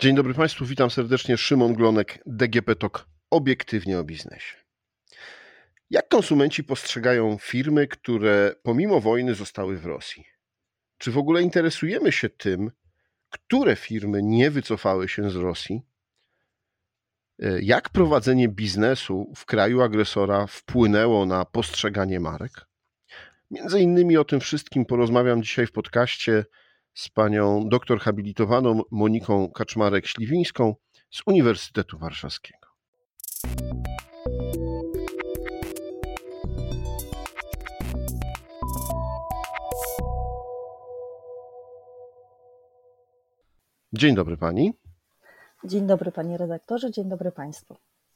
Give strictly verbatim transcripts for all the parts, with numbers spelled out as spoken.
Dzień dobry Państwu, witam serdecznie. Szymon Glonek, D G P Talk, obiektywnie o biznesie. Jak konsumenci postrzegają firmy, które pomimo wojny zostały w Rosji? Czy w ogóle interesujemy się tym, które firmy nie wycofały się z Rosji? Jak prowadzenie biznesu w kraju agresora wpłynęło na postrzeganie marek? Między innymi o tym wszystkim porozmawiam dzisiaj w podcaście z panią doktor habilitowaną Moniką Kaczmarek-Śliwińską z Uniwersytetu Warszawskiego. Dzień dobry pani. Dzień dobry panie redaktorze, dzień dobry państwu.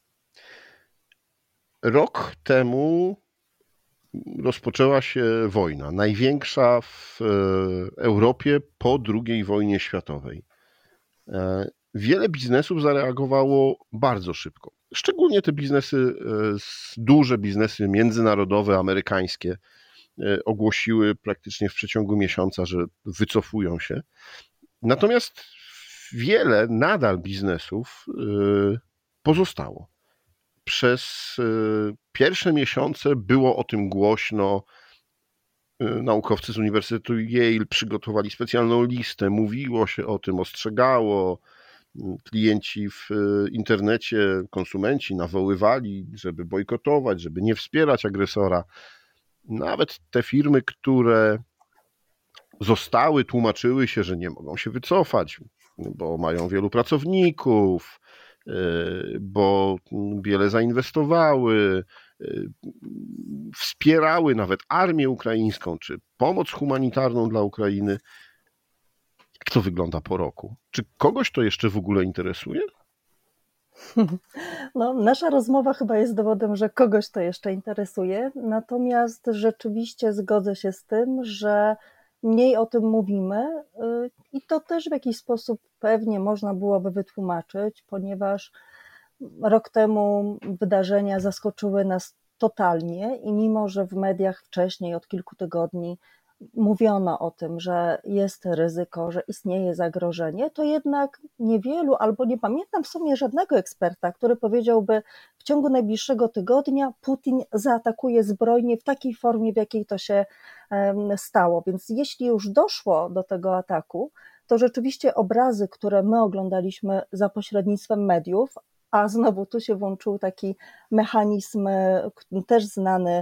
Rok temu rozpoczęła się wojna, największa w Europie po drugiej wojnie światowej. Wiele biznesów zareagowało bardzo szybko. Szczególnie te biznesy, duże biznesy międzynarodowe, amerykańskie, ogłosiły praktycznie w przeciągu miesiąca, że wycofują się. Natomiast wiele nadal biznesów pozostało. Przez pierwsze miesiące było o tym głośno. Naukowcy z Uniwersytetu Yale przygotowali specjalną listę, mówiło się o tym, ostrzegało. Klienci w internecie, konsumenci nawoływali, żeby bojkotować, żeby nie wspierać agresora. Nawet te firmy, które zostały, tłumaczyły się, że nie mogą się wycofać, bo mają wielu pracowników, bo wiele zainwestowały, wspierały nawet armię ukraińską, czy pomoc humanitarną dla Ukrainy. Jak to wygląda po roku? Czy kogoś to jeszcze w ogóle interesuje? No, nasza rozmowa chyba jest dowodem, że kogoś to jeszcze interesuje, natomiast rzeczywiście zgodzę się z tym, że mniej o tym mówimy i to też w jakiś sposób pewnie można byłoby wytłumaczyć, ponieważ rok temu wydarzenia zaskoczyły nas totalnie i mimo, że w mediach wcześniej od kilku tygodni mówiono o tym, że jest ryzyko, że istnieje zagrożenie, to jednak niewielu, albo nie pamiętam w sumie żadnego eksperta, który powiedziałby, w ciągu najbliższego tygodnia Putin zaatakuje zbrojnie w takiej formie, w jakiej to się stało. Więc jeśli już doszło do tego ataku, to rzeczywiście obrazy, które my oglądaliśmy za pośrednictwem mediów, a znowu tu się włączył taki mechanizm też znany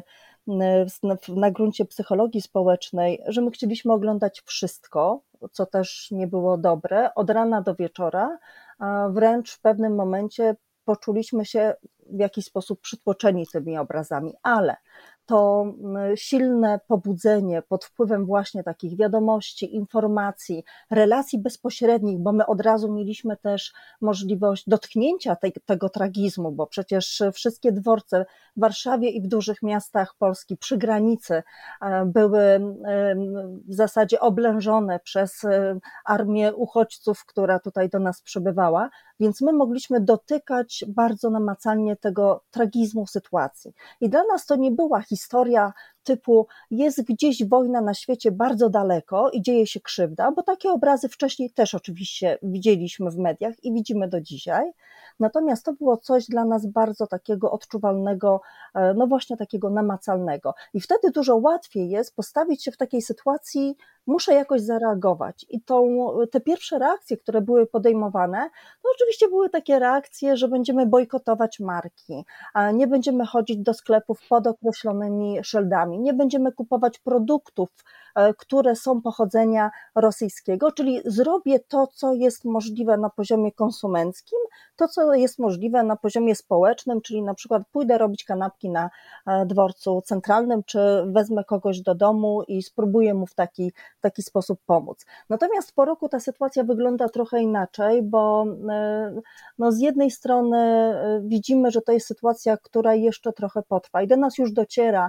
na gruncie psychologii społecznej, że my chcieliśmy oglądać wszystko, co też nie było dobre, od rana do wieczora, a wręcz w pewnym momencie poczuliśmy się w jakiś sposób przytłoczeni tymi obrazami, ale to silne pobudzenie pod wpływem właśnie takich wiadomości, informacji, relacji bezpośrednich, bo my od razu mieliśmy też możliwość dotknięcia tej, tego tragizmu, bo przecież wszystkie dworce w Warszawie i w dużych miastach Polski przy granicy były w zasadzie oblężone przez armię uchodźców, która tutaj do nas przybywała, więc my mogliśmy dotykać bardzo namacalnie tego tragizmu sytuacji. I dla nas to nie była historia typu jest gdzieś wojna na świecie bardzo daleko i dzieje się krzywda, bo takie obrazy wcześniej też oczywiście widzieliśmy w mediach i widzimy do dzisiaj, natomiast to było coś dla nas bardzo takiego odczuwalnego, no właśnie takiego namacalnego i wtedy dużo łatwiej jest postawić się w takiej sytuacji, muszę jakoś zareagować i tą, te pierwsze reakcje, które były podejmowane, to oczywiście były takie reakcje, że będziemy bojkotować marki, nie będziemy chodzić do sklepów pod określonymi szyldami, nie będziemy kupować produktów, które są pochodzenia rosyjskiego, czyli zrobię to, co jest możliwe na poziomie konsumenckim, to, co jest możliwe na poziomie społecznym, czyli na przykład pójdę robić kanapki na dworcu centralnym, czy wezmę kogoś do domu i spróbuję mu w taki, w taki sposób pomóc. Natomiast po roku ta sytuacja wygląda trochę inaczej, bo no z jednej strony widzimy, że to jest sytuacja, która jeszcze trochę potrwa i do nas już dociera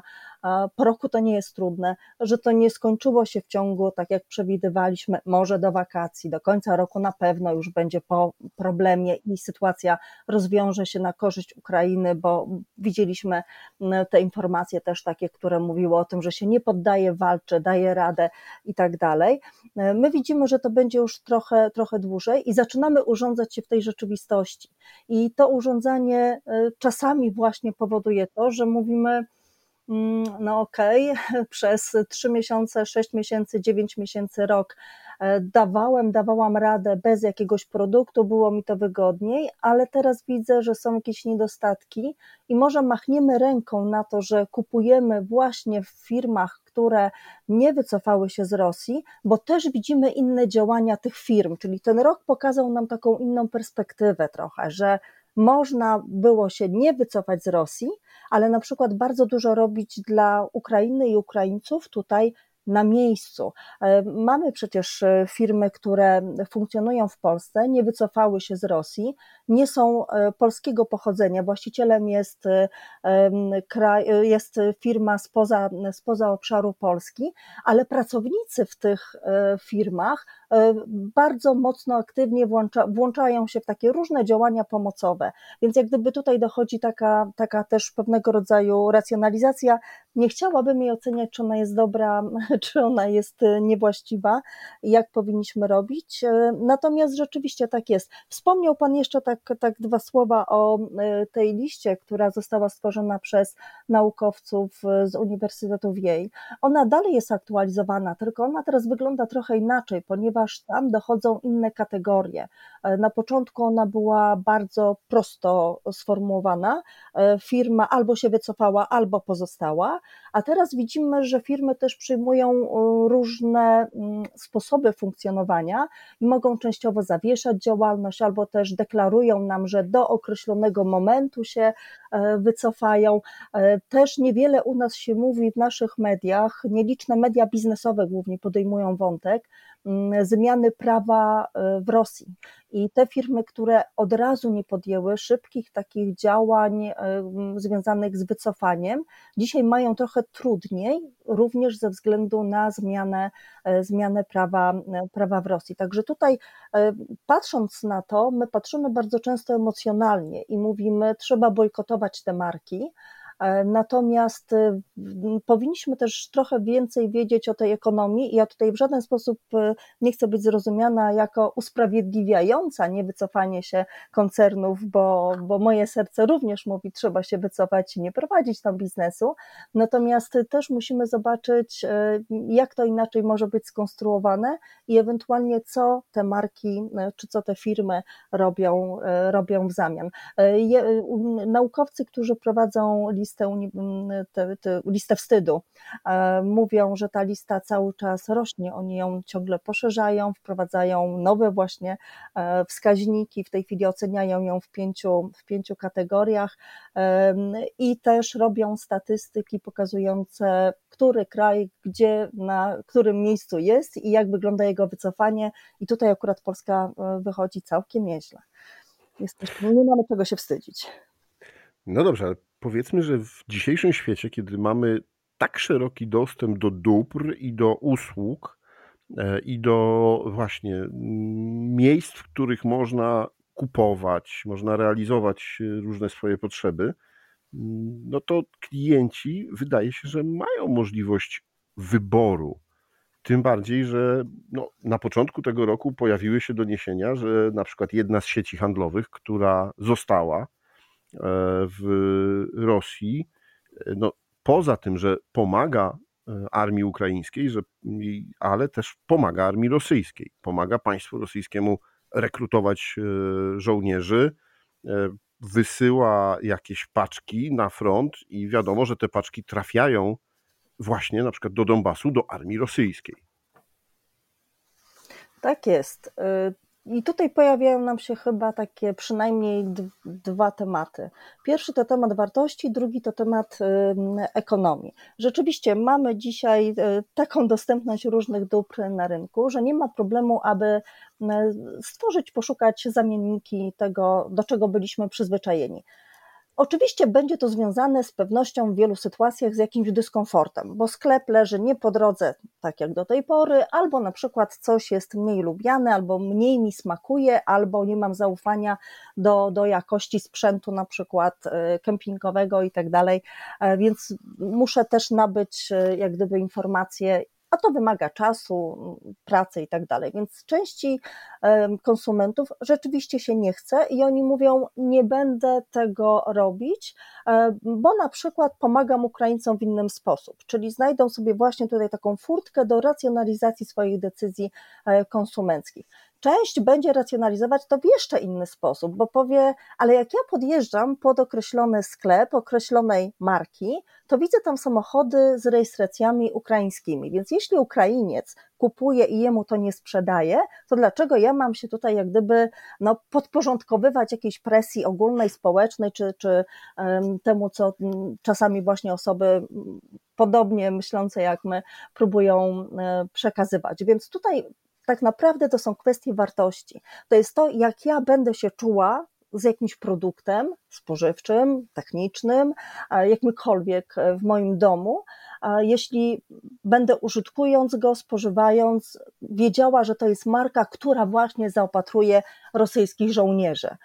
po roku to nie jest trudne, że to nie skończyło się w ciągu, tak jak przewidywaliśmy, może do wakacji, do końca roku na pewno już będzie po problemie i sytuacja rozwiąże się na korzyść Ukrainy, bo widzieliśmy te informacje też takie, które mówiły o tym, że się nie poddaje, walczy, daje radę i tak dalej. My widzimy, że to będzie już trochę, trochę dłużej i zaczynamy urządzać się w tej rzeczywistości. I to urządzanie czasami właśnie powoduje to, że mówimy, no okej, okay, przez trzy miesiące, sześć miesięcy, dziewięć miesięcy, rok dawałem, dawałam radę bez jakiegoś produktu, było mi to wygodniej, ale teraz widzę, że są jakieś niedostatki i może machniemy ręką na to, że kupujemy właśnie w firmach, które nie wycofały się z Rosji, bo też widzimy inne działania tych firm, czyli ten rok pokazał nam taką inną perspektywę trochę, że można było się nie wycofać z Rosji, ale na przykład bardzo dużo robić dla Ukrainy i Ukraińców tutaj na miejscu. Mamy przecież firmy, które funkcjonują w Polsce, nie wycofały się z Rosji, nie są polskiego pochodzenia, właścicielem jest, kraj, jest firma spoza, spoza obszaru Polski, ale pracownicy w tych firmach bardzo mocno aktywnie włącza, włączają się w takie różne działania pomocowe, więc jak gdyby tutaj dochodzi taka, taka też pewnego rodzaju racjonalizacja. Nie chciałabym jej oceniać, czy ona jest dobra, czy ona jest niewłaściwa, jak powinniśmy robić, natomiast rzeczywiście tak jest. Wspomniał Pan jeszcze tak, tak dwa słowa o tej liście, która została stworzona przez naukowców z Uniwersytetu w Yale. Ona dalej jest aktualizowana, tylko ona teraz wygląda trochę inaczej, ponieważ tam dochodzą inne kategorie. Na początku ona była bardzo prosto sformułowana, firma albo się wycofała, albo pozostała, a teraz widzimy, że firmy też przyjmują różne sposoby funkcjonowania i mogą częściowo zawieszać działalność, albo też deklarują nam, że do określonego momentu się wycofają. Też niewiele u nas się mówi w naszych mediach, nieliczne media biznesowe głównie podejmują wątek zmiany prawa w Rosji. I te firmy, które od razu nie podjęły szybkich takich działań związanych z wycofaniem, dzisiaj mają trochę trudniej, również ze względu na zmianę, zmianę prawa, prawa w Rosji. Także tutaj patrząc na to, my patrzymy bardzo często emocjonalnie i mówimy, trzeba bojkotować te marki. Natomiast powinniśmy też trochę więcej wiedzieć o tej ekonomii i ja tutaj w żaden sposób nie chcę być zrozumiana jako usprawiedliwiająca niewycofanie się koncernów, bo, bo moje serce również mówi, trzeba się wycofać i nie prowadzić tam biznesu, natomiast też musimy zobaczyć, jak to inaczej może być skonstruowane i ewentualnie co te marki, czy co te firmy robią, robią w zamian. Naukowcy, którzy prowadzą listę, te, te, listę wstydu, mówią, że ta lista cały czas rośnie, oni ją ciągle poszerzają, wprowadzają nowe właśnie wskaźniki, w tej chwili oceniają ją w pięciu, w pięciu kategoriach i też robią statystyki pokazujące, który kraj, gdzie, na którym miejscu jest i jak wygląda jego wycofanie i tutaj akurat Polska wychodzi całkiem nieźle. Jesteśmy, nie mamy czego się wstydzić. No dobrze, ale powiedzmy, że w dzisiejszym świecie, kiedy mamy tak szeroki dostęp do dóbr i do usług i do właśnie miejsc, w których można kupować, można realizować różne swoje potrzeby, no to klienci wydaje się, że mają możliwość wyboru. Tym bardziej, że no, na początku tego roku pojawiły się doniesienia, że na przykład jedna z sieci handlowych, która została w Rosji, no, poza tym, że pomaga armii ukraińskiej, że, ale też pomaga armii rosyjskiej, pomaga państwu rosyjskiemu rekrutować żołnierzy, wysyła jakieś paczki na front i wiadomo, że te paczki trafiają właśnie na przykład do Donbasu, do armii rosyjskiej. Tak jest. I tutaj pojawiają nam się chyba takie przynajmniej dwa tematy. Pierwszy to temat wartości, drugi to temat ekonomii. Rzeczywiście mamy dzisiaj taką dostępność różnych dóbr na rynku, że nie ma problemu, aby stworzyć, poszukać zamienniki tego, do czego byliśmy przyzwyczajeni. Oczywiście będzie to związane z pewnością w wielu sytuacjach z jakimś dyskomfortem, bo sklep leży nie po drodze, tak jak do tej pory, albo na przykład coś jest mniej lubiane, albo mniej mi smakuje, albo nie mam zaufania do, do jakości sprzętu na przykład kempingowego i tak dalej, więc muszę też nabyć jak gdyby informacje, a to wymaga czasu, pracy i tak dalej, więc części konsumentów rzeczywiście się nie chce i oni mówią, nie będę tego robić, bo na przykład pomagam Ukraińcom w inny sposób, czyli znajdą sobie właśnie tutaj taką furtkę do racjonalizacji swoich decyzji konsumenckich. Część będzie racjonalizować to w jeszcze inny sposób, bo powie, ale jak ja podjeżdżam pod określony sklep, określonej marki, to widzę tam samochody z rejestracjami ukraińskimi, więc jeśli Ukrainiec kupuje i jemu to nie sprzedaje, to dlaczego ja mam się tutaj jak gdyby no, podporządkowywać jakiejś presji ogólnej, społecznej, czy, czy um, temu, co czasami właśnie osoby podobnie myślące jak my próbują um, przekazywać. Więc tutaj tak naprawdę to są kwestie wartości. To jest to, jak ja będę się czuła z jakimś produktem spożywczym, technicznym, jakimkolwiek w moim domu, jeśli będę użytkując go, spożywając, wiedziała, że to jest marka, która właśnie zaopatruje rosyjskich żołnierzy.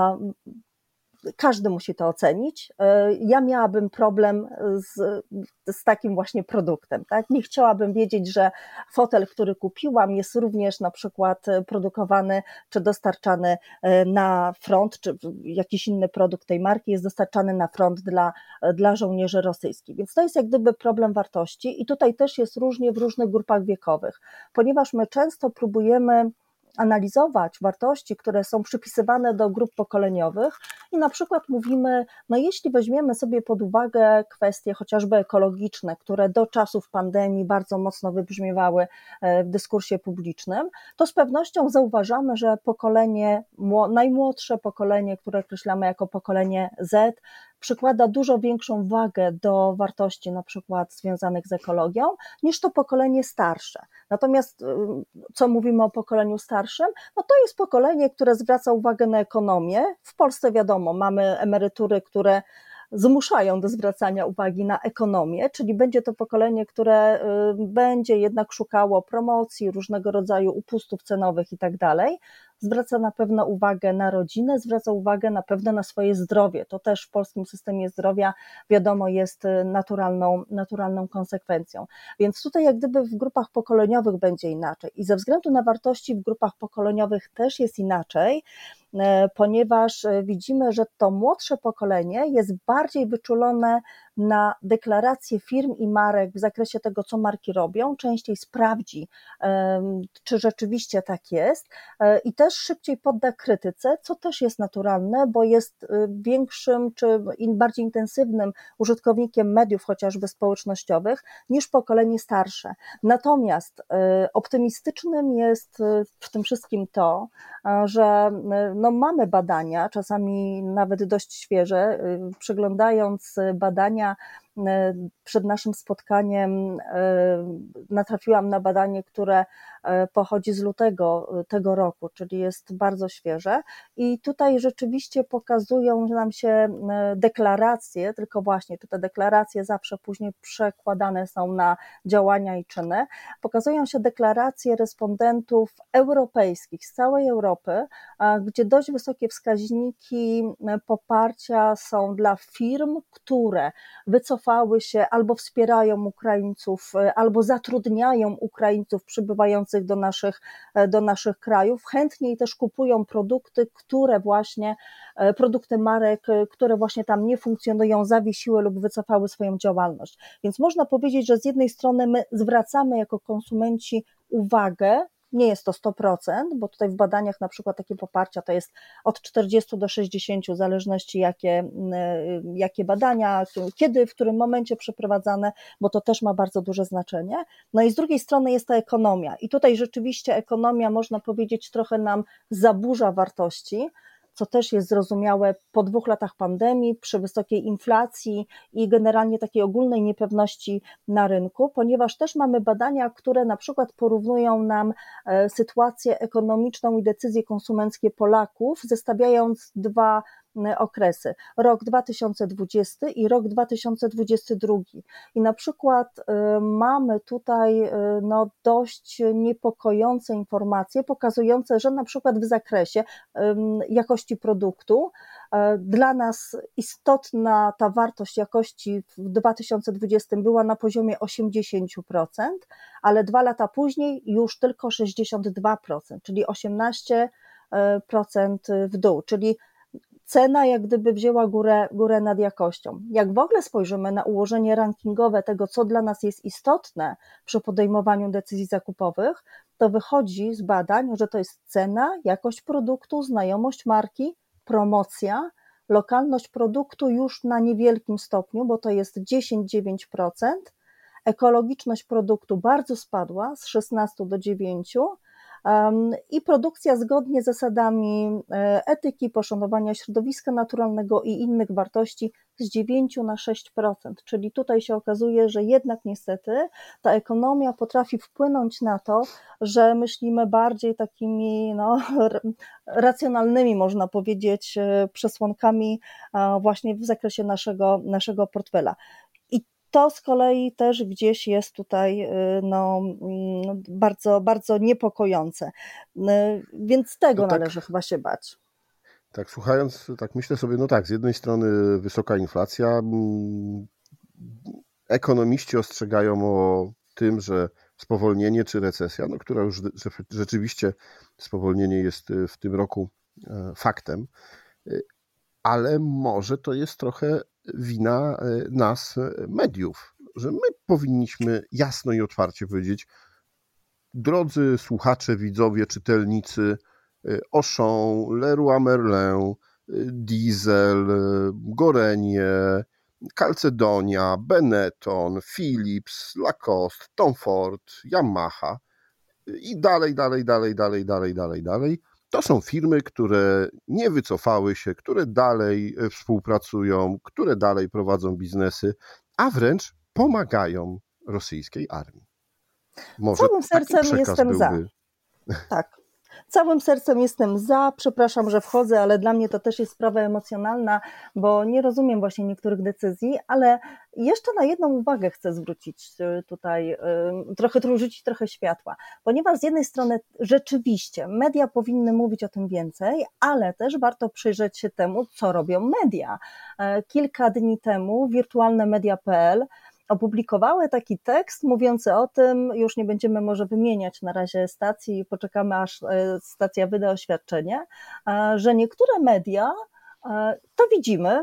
Każdy musi to ocenić. Ja miałabym problem z, z takim właśnie produktem, tak? Nie chciałabym wiedzieć, że fotel, który kupiłam, jest również na przykład produkowany czy dostarczany na front, czy jakiś inny produkt tej marki jest dostarczany na front dla, dla żołnierzy rosyjskich. Więc to jest jak gdyby problem wartości i tutaj też jest różnie w różnych grupach wiekowych, ponieważ my często próbujemy analizować wartości, które są przypisywane do grup pokoleniowych i na przykład mówimy, no jeśli weźmiemy sobie pod uwagę kwestie chociażby ekologiczne, które do czasów pandemii bardzo mocno wybrzmiewały w dyskursie publicznym, to z pewnością zauważamy, że pokolenie, najmłodsze pokolenie, które określamy jako pokolenie Z, przykłada dużo większą wagę do wartości na przykład związanych z ekologią niż to pokolenie starsze. Natomiast co mówimy o pokoleniu starszym? No to jest pokolenie, które zwraca uwagę na ekonomię. W Polsce wiadomo, mamy emerytury, które zmuszają do zwracania uwagi na ekonomię, czyli będzie to pokolenie, które będzie jednak szukało promocji, różnego rodzaju upustów cenowych i tak dalej. Zwraca na pewno uwagę na rodzinę, zwraca uwagę na pewno na swoje zdrowie. To też w polskim systemie zdrowia wiadomo jest naturalną, naturalną konsekwencją. Więc tutaj jak gdyby w grupach pokoleniowych będzie inaczej i ze względu na wartości w grupach pokoleniowych też jest inaczej, ponieważ widzimy, że to młodsze pokolenie jest bardziej wyczulone na deklaracje firm i marek w zakresie tego, co marki robią, częściej sprawdzi, czy rzeczywiście tak jest i też szybciej podda krytyce, co też jest naturalne, bo jest większym czy bardziej intensywnym użytkownikiem mediów chociażby społecznościowych niż pokolenie starsze. Natomiast optymistycznym jest w tym wszystkim to, że no mamy badania, czasami nawet dość świeże, przeglądając badania przed naszym spotkaniem natrafiłam na badanie, które pochodzi z lutego tego roku, czyli jest bardzo świeże i tutaj rzeczywiście pokazują nam się deklaracje, tylko właśnie, czy te deklaracje zawsze później przekładane są na działania i czyny, pokazują się deklaracje respondentów europejskich z całej Europy, gdzie dość wysokie wskaźniki poparcia są dla firm, które wycofały się albo wspierają Ukraińców, albo zatrudniają Ukraińców przybywających do naszych, do naszych krajów, chętniej też kupują produkty, które właśnie, produkty marek, które właśnie tam nie funkcjonują, zawiesiły lub wycofały swoją działalność. Więc można powiedzieć, że z jednej strony my zwracamy jako konsumenci uwagę, nie jest to sto procent, bo tutaj w badaniach na przykład takie poparcia to jest od czterdziestu do sześćdziesięciu, w zależności jakie, jakie badania, kiedy, w którym momencie przeprowadzane, bo to też ma bardzo duże znaczenie. No i z drugiej strony jest ta ekonomia i tutaj rzeczywiście ekonomia, można powiedzieć, trochę nam zaburza wartości, co też jest zrozumiałe po dwóch latach pandemii, przy wysokiej inflacji i generalnie takiej ogólnej niepewności na rynku, ponieważ też mamy badania, które na przykład porównują nam sytuację ekonomiczną i decyzje konsumenckie Polaków, zestawiając dwa okresy, rok dwa tysiące dwudziesty i rok dwa tysiące dwudziesty drugi. I na przykład mamy tutaj no, dość niepokojące informacje pokazujące, że na przykład w zakresie jakości produktu dla nas istotna ta wartość jakości w dwa tysiące dwudziestym była na poziomie osiemdziesiąt procent, ale dwa lata później już tylko sześćdziesiąt dwa procent, czyli osiemnaście procent w dół, czyli cena jak gdyby wzięła górę, górę nad jakością. Jak w ogóle spojrzymy na ułożenie rankingowe tego, co dla nas jest istotne przy podejmowaniu decyzji zakupowych, to wychodzi z badań, że to jest cena, jakość produktu, znajomość marki, promocja, lokalność produktu już na niewielkim stopniu, bo to jest dziesięć przecinek dziewięć procent, ekologiczność produktu bardzo spadła z szesnastu do dziewięciu i produkcja zgodnie z zasadami etyki, poszanowania środowiska naturalnego i innych wartości z dziewięciu na sześć procent, czyli tutaj się okazuje, że jednak niestety ta ekonomia potrafi wpłynąć na to, że myślimy bardziej takimi no, racjonalnymi, można powiedzieć, przesłankami właśnie w zakresie naszego, naszego portfela. To z kolei też gdzieś jest tutaj no, bardzo, bardzo niepokojące, więc tego tak, należy chyba się bać. Tak, słuchając, tak myślę sobie, no tak, z jednej strony wysoka inflacja, ekonomiści ostrzegają o tym, że spowolnienie czy recesja, no, która już rzeczywiście spowolnienie jest w tym roku faktem, ale może to jest trochę wina nas, mediów, że my powinniśmy jasno i otwarcie powiedzieć: drodzy słuchacze, widzowie, czytelnicy, Auchan, Leroy Merlin, Diesel, Gorenie, Calcedonia, Benetton, Philips, Lacoste, Tom Ford, Yamaha i dalej, dalej, dalej, dalej, dalej, dalej, dalej. To są firmy, które nie wycofały się, które dalej współpracują, które dalej prowadzą biznesy, a wręcz pomagają rosyjskiej armii. Może całym sercem jestem byłby... za. Tak. Całym sercem jestem za, przepraszam, że wchodzę, ale dla mnie to też jest sprawa emocjonalna, bo nie rozumiem właśnie niektórych decyzji, ale jeszcze na jedną uwagę chcę zwrócić tutaj, trochę rzucić trochę światła, ponieważ z jednej strony rzeczywiście media powinny mówić o tym więcej, ale też warto przyjrzeć się temu, co robią media. Kilka dni temu wirtualne media kropka pe el opublikowały taki tekst mówiący o tym, już nie będziemy może wymieniać na razie stacji, poczekamy aż stacja wyda oświadczenie, że niektóre media, to widzimy,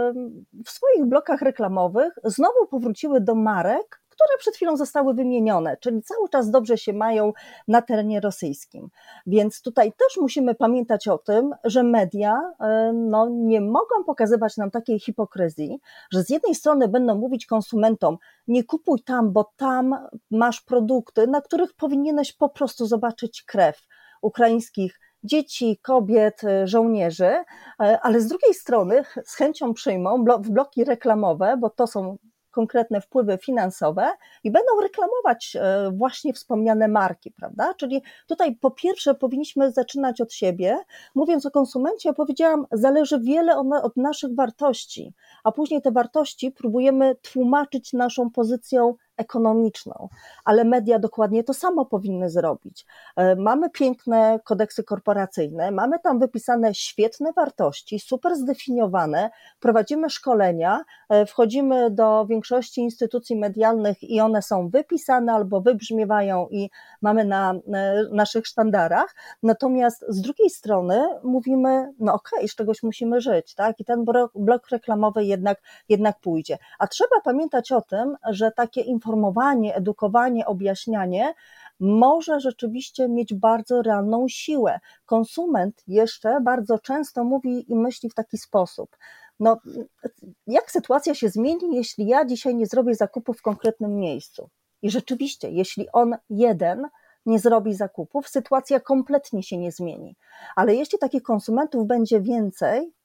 w swoich blokach reklamowych znowu powróciły do marek, które przed chwilą zostały wymienione, czyli cały czas dobrze się mają na terenie rosyjskim. Więc tutaj też musimy pamiętać o tym, że media no, nie mogą pokazywać nam takiej hipokryzji, że z jednej strony będą mówić konsumentom: nie kupuj tam, bo tam masz produkty, na których powinieneś po prostu zobaczyć krew ukraińskich dzieci, kobiet, żołnierzy, ale z drugiej strony z chęcią przyjmą w bloki reklamowe, bo to są konkretne wpływy finansowe i będą reklamować właśnie wspomniane marki, prawda? Czyli tutaj po pierwsze powinniśmy zaczynać od siebie. Mówiąc o konsumencie, ja powiedziałam, zależy wiele od naszych wartości, a później te wartości próbujemy tłumaczyć naszą pozycją ekonomiczną, ale media dokładnie to samo powinny zrobić. Mamy piękne kodeksy korporacyjne, mamy tam wypisane świetne wartości, super zdefiniowane, prowadzimy szkolenia, wchodzimy do większości instytucji medialnych i one są wypisane albo wybrzmiewają i mamy na naszych sztandarach, natomiast z drugiej strony mówimy, no okej, okay, z czegoś musimy żyć, tak? I ten blok reklamowy jednak, jednak pójdzie. A trzeba pamiętać o tym, że takie informowanie, edukowanie, objaśnianie może rzeczywiście mieć bardzo realną siłę. Konsument jeszcze bardzo często mówi i myśli w taki sposób: no, jak sytuacja się zmieni, jeśli ja dzisiaj nie zrobię zakupu w konkretnym miejscu? I rzeczywiście, jeśli on jeden nie zrobi zakupów, sytuacja kompletnie się nie zmieni. Ale jeśli takich konsumentów będzie więcej,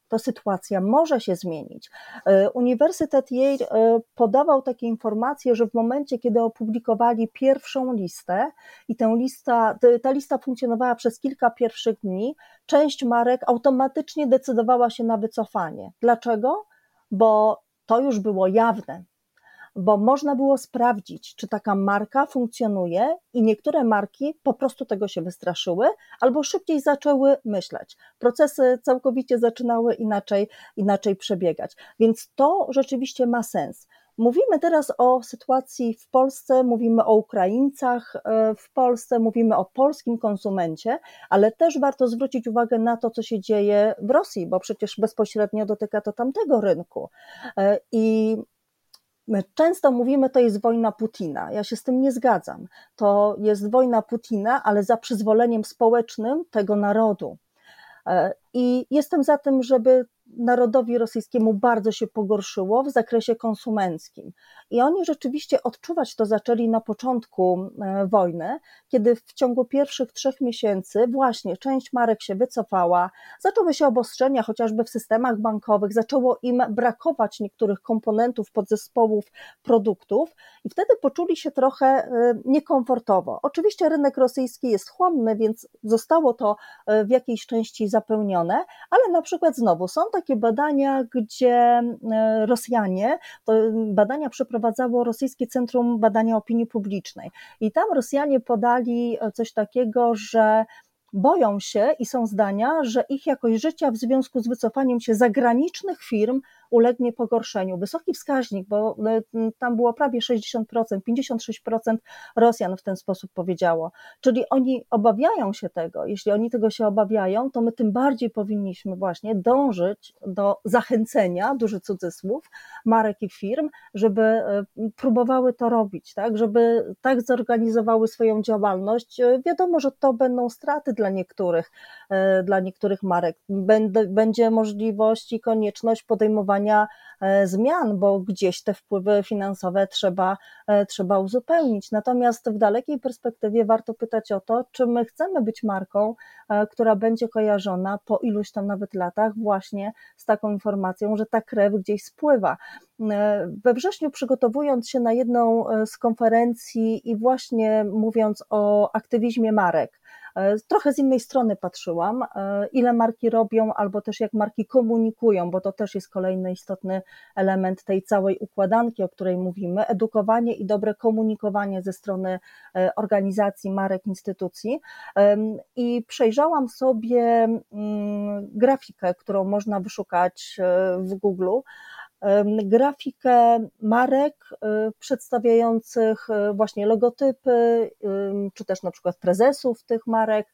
to sytuacja może się zmienić. Uniwersytet Yale podawał takie informacje, że w momencie, kiedy opublikowali pierwszą listę i tę lista, ta lista funkcjonowała przez kilka pierwszych dni, część marek automatycznie decydowała się na wycofanie. Dlaczego? Bo to już było jawne. Bo można było sprawdzić, czy taka marka funkcjonuje i niektóre marki po prostu tego się wystraszyły albo szybciej zaczęły myśleć. Procesy całkowicie zaczynały inaczej, inaczej przebiegać, więc to rzeczywiście ma sens. Mówimy teraz o sytuacji w Polsce, mówimy o Ukraińcach w Polsce, mówimy o polskim konsumencie, ale też warto zwrócić uwagę na to, co się dzieje w Rosji, bo przecież bezpośrednio dotyka to tamtego rynku. I my często mówimy, to jest wojna Putina. Ja się z tym nie zgadzam. To jest wojna Putina, ale za przyzwoleniem społecznym tego narodu. I jestem za tym, żeby narodowi rosyjskiemu bardzo się pogorszyło w zakresie konsumenckim. I oni rzeczywiście odczuwać to zaczęli na początku wojny, kiedy w ciągu pierwszych trzech miesięcy właśnie część marek się wycofała, zaczęły się obostrzenia chociażby w systemach bankowych, zaczęło im brakować niektórych komponentów, podzespołów produktów i wtedy poczuli się trochę niekomfortowo. Oczywiście rynek rosyjski jest chłonny, więc zostało to w jakiejś części zapełnione, ale na przykład znowu są takie badania, gdzie Rosjanie, to badania przeprowadzało Rosyjskie Centrum Badania Opinii Publicznej i tam Rosjanie podali coś takiego, że boją się i są zdania, że ich jakość życia w związku z wycofaniem się zagranicznych firm ulegnie pogorszeniu. Wysoki wskaźnik, bo tam było prawie sześćdziesiąt procent, pięćdziesiąt sześć procent Rosjan w ten sposób powiedziało. Czyli oni obawiają się tego. Jeśli oni tego się obawiają, to my tym bardziej powinniśmy właśnie dążyć do zachęcenia, duży cudzysłów, marek i firm, żeby próbowały to robić, tak? Żeby tak zorganizowały swoją działalność. Wiadomo, że to będą straty dla niektórych, dla niektórych marek. Będzie możliwość i konieczność podejmowania zmian, bo gdzieś te wpływy finansowe trzeba, trzeba uzupełnić. Natomiast w dalekiej perspektywie warto pytać o to, czy my chcemy być marką, która będzie kojarzona po iluś tam nawet latach właśnie z taką informacją, że ta krew gdzieś spływa. We wrześniu, przygotowując się na jedną z konferencji i właśnie mówiąc o aktywizmie marek, trochę z innej strony patrzyłam, ile marki robią, albo też jak marki komunikują, bo to też jest kolejny istotny element tej całej układanki, o której mówimy, edukowanie i dobre komunikowanie ze strony organizacji, marek, instytucji. I przejrzałam sobie grafikę, którą można wyszukać w Google, grafikę marek przedstawiających właśnie logotypy, czy też na przykład prezesów tych marek,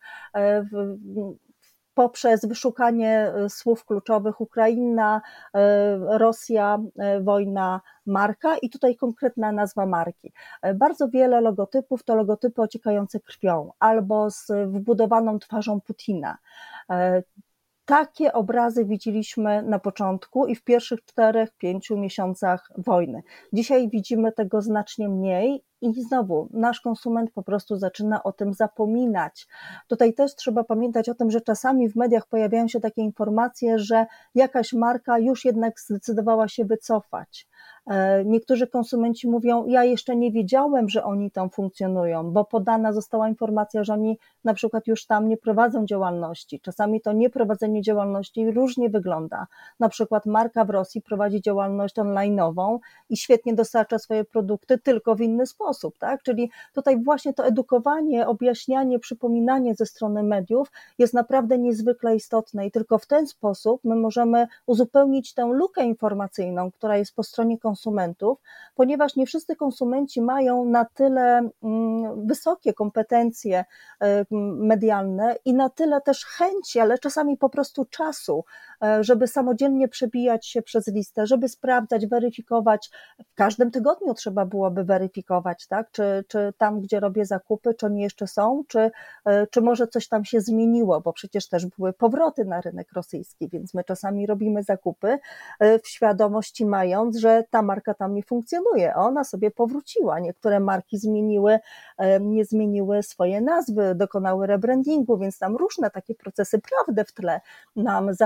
poprzez wyszukanie słów kluczowych Ukraina, Rosja, wojna, marka i tutaj konkretna nazwa marki. Bardzo wiele logotypów to logotypy ociekające krwią albo z wbudowaną twarzą Putina. Takie obrazy widzieliśmy na początku i w pierwszych czterech, pięciu miesiącach wojny. Dzisiaj widzimy tego znacznie mniej i znowu nasz konsument po prostu zaczyna o tym zapominać. Tutaj też trzeba pamiętać o tym, że czasami w mediach pojawiają się takie informacje, że jakaś marka już jednak zdecydowała się wycofać. Niektórzy konsumenci mówią, ja jeszcze nie wiedziałem, że oni tam funkcjonują, bo podana została informacja, że oni na przykład już tam nie prowadzą działalności. Czasami to nieprowadzenie działalności różnie wygląda. Na przykład marka w Rosji prowadzi działalność online'ową i świetnie dostarcza swoje produkty tylko w inny sposób, tak? Czyli tutaj właśnie to edukowanie, objaśnianie, przypominanie ze strony mediów jest naprawdę niezwykle istotne i tylko w ten sposób my możemy uzupełnić tę lukę informacyjną, która jest po stronie konsumentów, ponieważ nie wszyscy konsumenci mają na tyle wysokie kompetencje medialne i na tyle też chęci, ale czasami po prostu czasu, żeby samodzielnie przebijać się przez listę, żeby sprawdzać, weryfikować. W każdym tygodniu trzeba byłoby weryfikować, tak? Czy, czy tam, gdzie robię zakupy, czy oni jeszcze są, czy, czy może coś tam się zmieniło, bo przecież też były powroty na rynek rosyjski, więc my czasami robimy zakupy w świadomości mając, że ta marka tam nie funkcjonuje, a ona sobie powróciła. Niektóre marki zmieniły, nie zmieniły swoje nazwy, dokonały rebrandingu, więc tam różne takie procesy prawdy w tle nam zachodziły,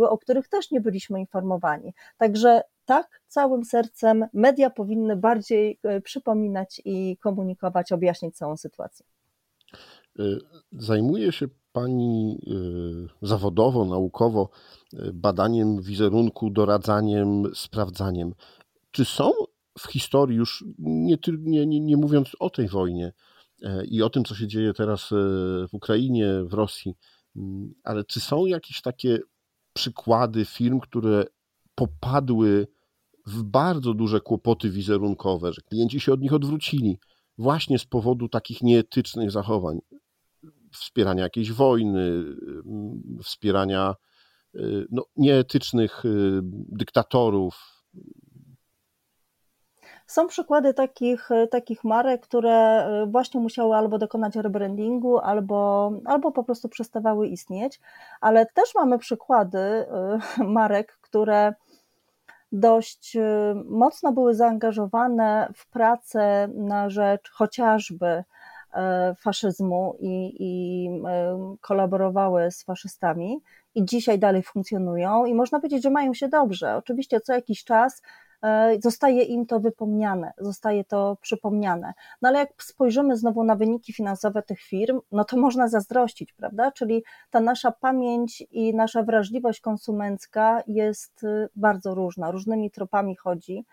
wydarzyły, o których też nie byliśmy informowani. Także tak, całym sercem media powinny bardziej przypominać i komunikować, objaśnić całą sytuację. Zajmuje się Pani zawodowo, naukowo badaniem wizerunku, doradzaniem, sprawdzaniem. Czy są w historii, już nie, nie, nie mówiąc o tej wojnie i o tym, co się dzieje teraz w Ukrainie, w Rosji, ale czy są jakieś takie przykłady firm, które popadły w bardzo duże kłopoty wizerunkowe, że klienci się od nich odwrócili właśnie z powodu takich nieetycznych zachowań, wspierania jakiejś wojny, wspierania no, nieetycznych dyktatorów? Są przykłady takich, takich marek, które właśnie musiały albo dokonać rebrandingu, albo, albo po prostu przestawały istnieć, ale też mamy przykłady marek, które dość mocno były zaangażowane w pracę na rzecz chociażby faszyzmu i, i kolaborowały z faszystami i dzisiaj dalej funkcjonują i można powiedzieć, że mają się dobrze. Oczywiście co jakiś czas zostaje im to wypomniane, zostaje to przypomniane. No ale jak spojrzymy znowu na wyniki finansowe tych firm, no to można zazdrościć, prawda? Czyli ta nasza pamięć i nasza wrażliwość konsumencka jest bardzo różna, różnymi tropami chodzi.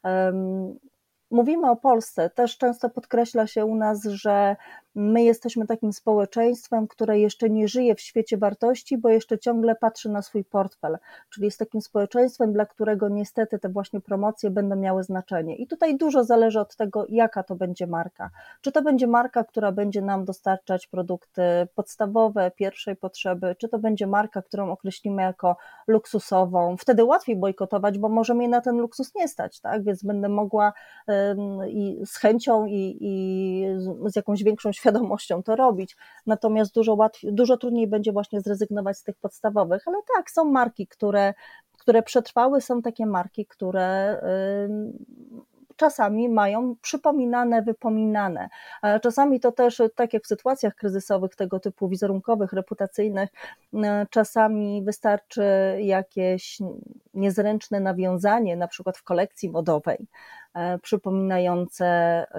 Mówimy o Polsce, też często podkreśla się u nas, że my jesteśmy takim społeczeństwem, które jeszcze nie żyje w świecie wartości, bo jeszcze ciągle patrzy na swój portfel, czyli jest takim społeczeństwem, dla którego niestety te właśnie promocje będą miały znaczenie. I tutaj dużo zależy od tego, jaka to będzie marka. Czy to będzie marka, która będzie nam dostarczać produkty podstawowe, pierwszej potrzeby, czy to będzie marka, którą określimy jako luksusową. Wtedy łatwiej bojkotować, bo może mnie na ten luksus nie stać, tak? Więc będę mogła i z chęcią i, i z jakąś większą świadomością to robić, natomiast dużo łatwiej, dużo trudniej będzie właśnie zrezygnować z tych podstawowych, ale tak, są marki, które, które przetrwały, są takie marki, które czasami mają przypominane, wypominane. Czasami to też, tak jak w sytuacjach kryzysowych tego typu wizerunkowych, reputacyjnych, czasami wystarczy jakieś niezręczne nawiązanie, na przykład w kolekcji modowej, przypominające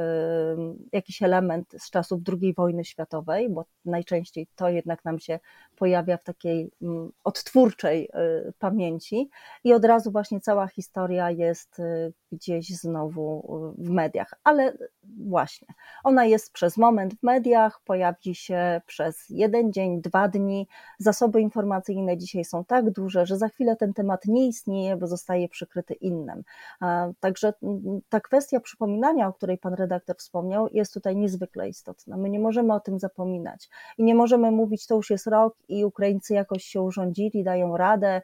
jakiś element z czasów drugiej wojny światowej, bo najczęściej to jednak nam się pojawia w takiej odtwórczej pamięci i od razu właśnie cała historia jest gdzieś znowu w mediach, ale właśnie ona jest przez moment w mediach, pojawi się przez jeden dzień, dwa dni, zasoby informacyjne dzisiaj są tak duże, że za chwilę ten temat nie istnieje, bo zostaje przykryty innym. Także ta kwestia przypominania, o której pan redaktor wspomniał, jest tutaj niezwykle istotna. My nie możemy o tym zapominać i nie możemy mówić, to już jest rok i Ukraińcy jakoś się urządzili, dają radę.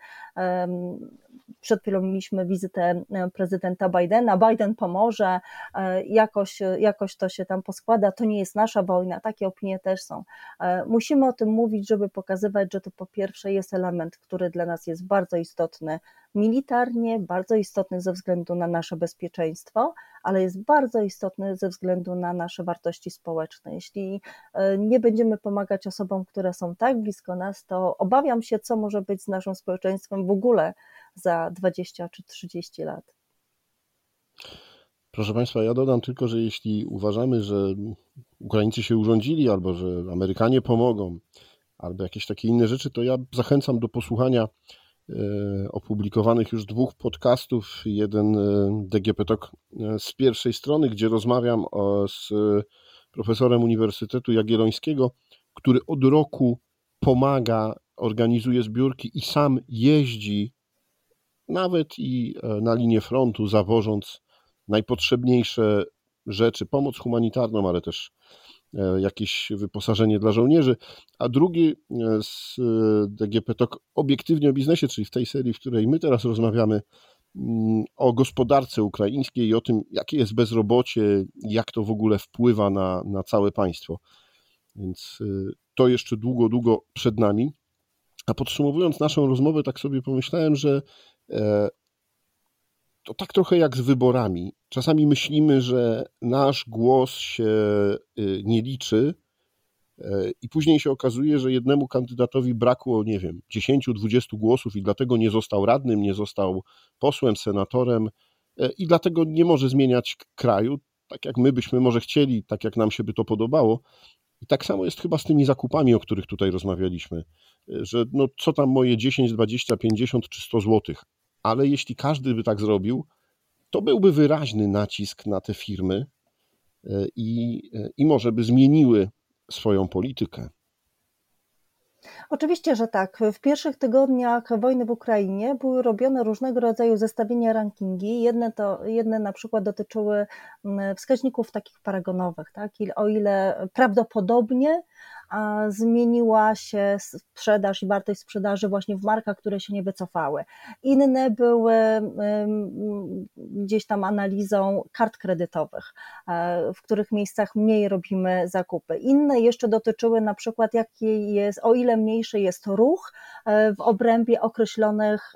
Przed chwilą mieliśmy wizytę prezydenta Bidena, Biden pomoże, jakoś, jakoś to się tam poskłada, to nie jest nasza wojna, takie opinie też są. Musimy o tym mówić, żeby pokazywać, że to po pierwsze jest element, który dla nas jest bardzo istotny militarnie, bardzo istotny ze względu na nasze bezpieczeństwo, ale jest bardzo istotny ze względu na nasze wartości społeczne. Jeśli nie będziemy pomagać osobom, które są tak blisko nas, to obawiam się, co może być z naszym społeczeństwem w ogóle za dwadzieścia czy trzydzieści lat. Proszę Państwa, ja dodam tylko, że jeśli uważamy, że Ukraińcy się urządzili, albo że Amerykanie pomogą, albo jakieś takie inne rzeczy, to ja zachęcam do posłuchania opublikowanych już dwóch podcastów. Jeden D G P Talk z pierwszej strony, gdzie rozmawiam z profesorem Uniwersytetu Jagiellońskiego, który od roku pomaga, organizuje zbiórki i sam jeździ nawet i na linię frontu, zawożąc najpotrzebniejsze rzeczy, pomoc humanitarną, ale też jakieś wyposażenie dla żołnierzy, a drugi z D G P Talk obiektywnie o biznesie, czyli w tej serii, w której my teraz rozmawiamy o gospodarce ukraińskiej i o tym, jakie jest bezrobocie, jak to w ogóle wpływa na, na całe państwo. Więc to jeszcze długo, długo przed nami. A podsumowując naszą rozmowę, tak sobie pomyślałem, że to tak trochę jak z wyborami. Czasami myślimy, że nasz głos się nie liczy, I później się okazuje, że jednemu kandydatowi brakło, nie wiem, dziesięć dwadzieścia głosów i dlatego nie został radnym, nie został posłem, senatorem i dlatego nie może zmieniać kraju, tak jak my byśmy może chcieli, tak jak nam się by to podobało. I tak samo jest chyba z tymi zakupami, o których tutaj rozmawialiśmy, że no co tam moje dziesięć, dwadzieścia, pięćdziesiąt czy sto złotych, ale jeśli każdy by tak zrobił, to byłby wyraźny nacisk na te firmy i, i może by zmieniły swoją politykę. Oczywiście, że tak. W pierwszych tygodniach wojny w Ukrainie były robione różnego rodzaju zestawienia, rankingi. Jedne, to, jedne na przykład dotyczyły wskaźników takich paragonowych, tak? O ile prawdopodobnie zmieniła się sprzedaż i wartość sprzedaży właśnie w markach, które się nie wycofały. Inne były gdzieś tam analizą kart kredytowych, w których miejscach mniej robimy zakupy. Inne jeszcze dotyczyły na przykład jaki jest, o ile mniejszy jest ruch w obrębie określonych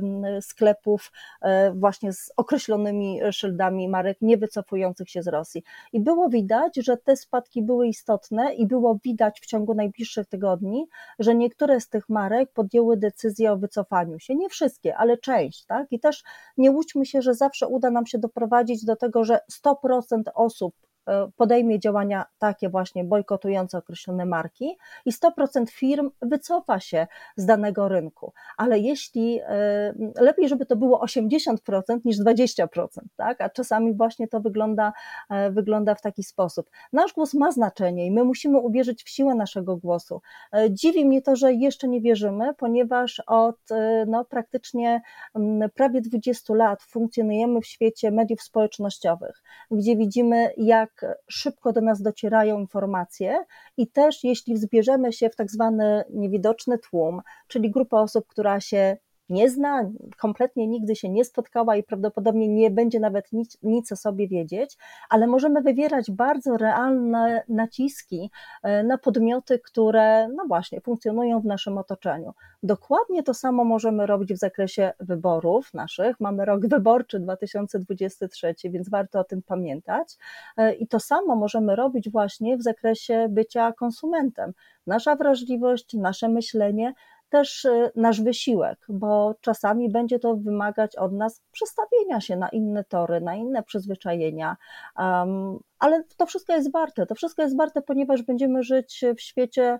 sklepów właśnie z określonymi szyldami marek niewycofujących się z Rosji. I było widać, że te spadki były istotne i było widać w ciągu najbliższych tygodni, że niektóre z tych marek podjęły decyzję o wycofaniu się. Nie wszystkie, ale część, tak? I też nie łudźmy się, że zawsze uda nam się doprowadzić do tego, że sto procent osób podejmie działania takie właśnie bojkotujące określone marki i sto procent firm wycofa się z danego rynku, ale jeśli lepiej, żeby to było osiemdziesiąt procent niż dwadzieścia procent, tak? A czasami właśnie to wygląda, wygląda w taki sposób. Nasz głos ma znaczenie i my musimy uwierzyć w siłę naszego głosu. Dziwi mnie to, że jeszcze nie wierzymy, ponieważ od no, praktycznie prawie dwudziestu lat funkcjonujemy w świecie mediów społecznościowych, gdzie widzimy, jak szybko do nas docierają informacje i też jeśli zbierzemy się w tak zwany niewidoczny tłum, czyli grupę osób, która się nie zna, kompletnie nigdy się nie spotkała i prawdopodobnie nie będzie nawet nic, nic o sobie wiedzieć, ale możemy wywierać bardzo realne naciski na podmioty, które no właśnie funkcjonują w naszym otoczeniu. Dokładnie to samo możemy robić w zakresie wyborów naszych. Mamy rok wyborczy dwa tysiące dwudziesty trzeci, więc warto o tym pamiętać. I to samo możemy robić właśnie w zakresie bycia konsumentem. Nasza wrażliwość, nasze myślenie, też nasz wysiłek, bo czasami będzie to wymagać od nas przestawienia się na inne tory, na inne przyzwyczajenia, um, ale to wszystko jest warte, to wszystko jest warte, ponieważ będziemy żyć w świecie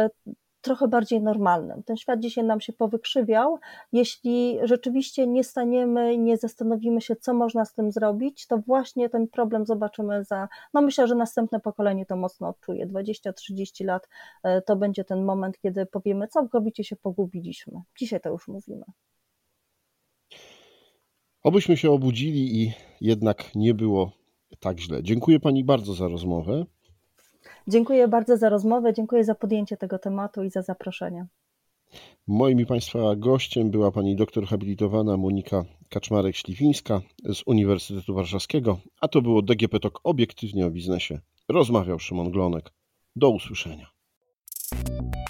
trochę bardziej normalnym. Ten świat dzisiaj nam się powykrzywiał. Jeśli rzeczywiście nie staniemy, nie zastanowimy się, co można z tym zrobić, to właśnie ten problem zobaczymy za, no myślę, że następne pokolenie to mocno odczuje. dwadzieścia trzydzieści lat to będzie ten moment, kiedy powiemy, całkowicie się pogubiliśmy. Dzisiaj to już mówimy. Obyśmy się obudzili i jednak nie było tak źle. Dziękuję Pani bardzo za rozmowę. Dziękuję bardzo za rozmowę, dziękuję za podjęcie tego tematu i za zaproszenie. Moim i Państwa gościem była pani doktor habilitowana Monika Kaczmarek-Śliwińska z Uniwersytetu Warszawskiego, a to było D G P Talk obiektywnie o biznesie. Rozmawiał Szymon Glonek. Do usłyszenia.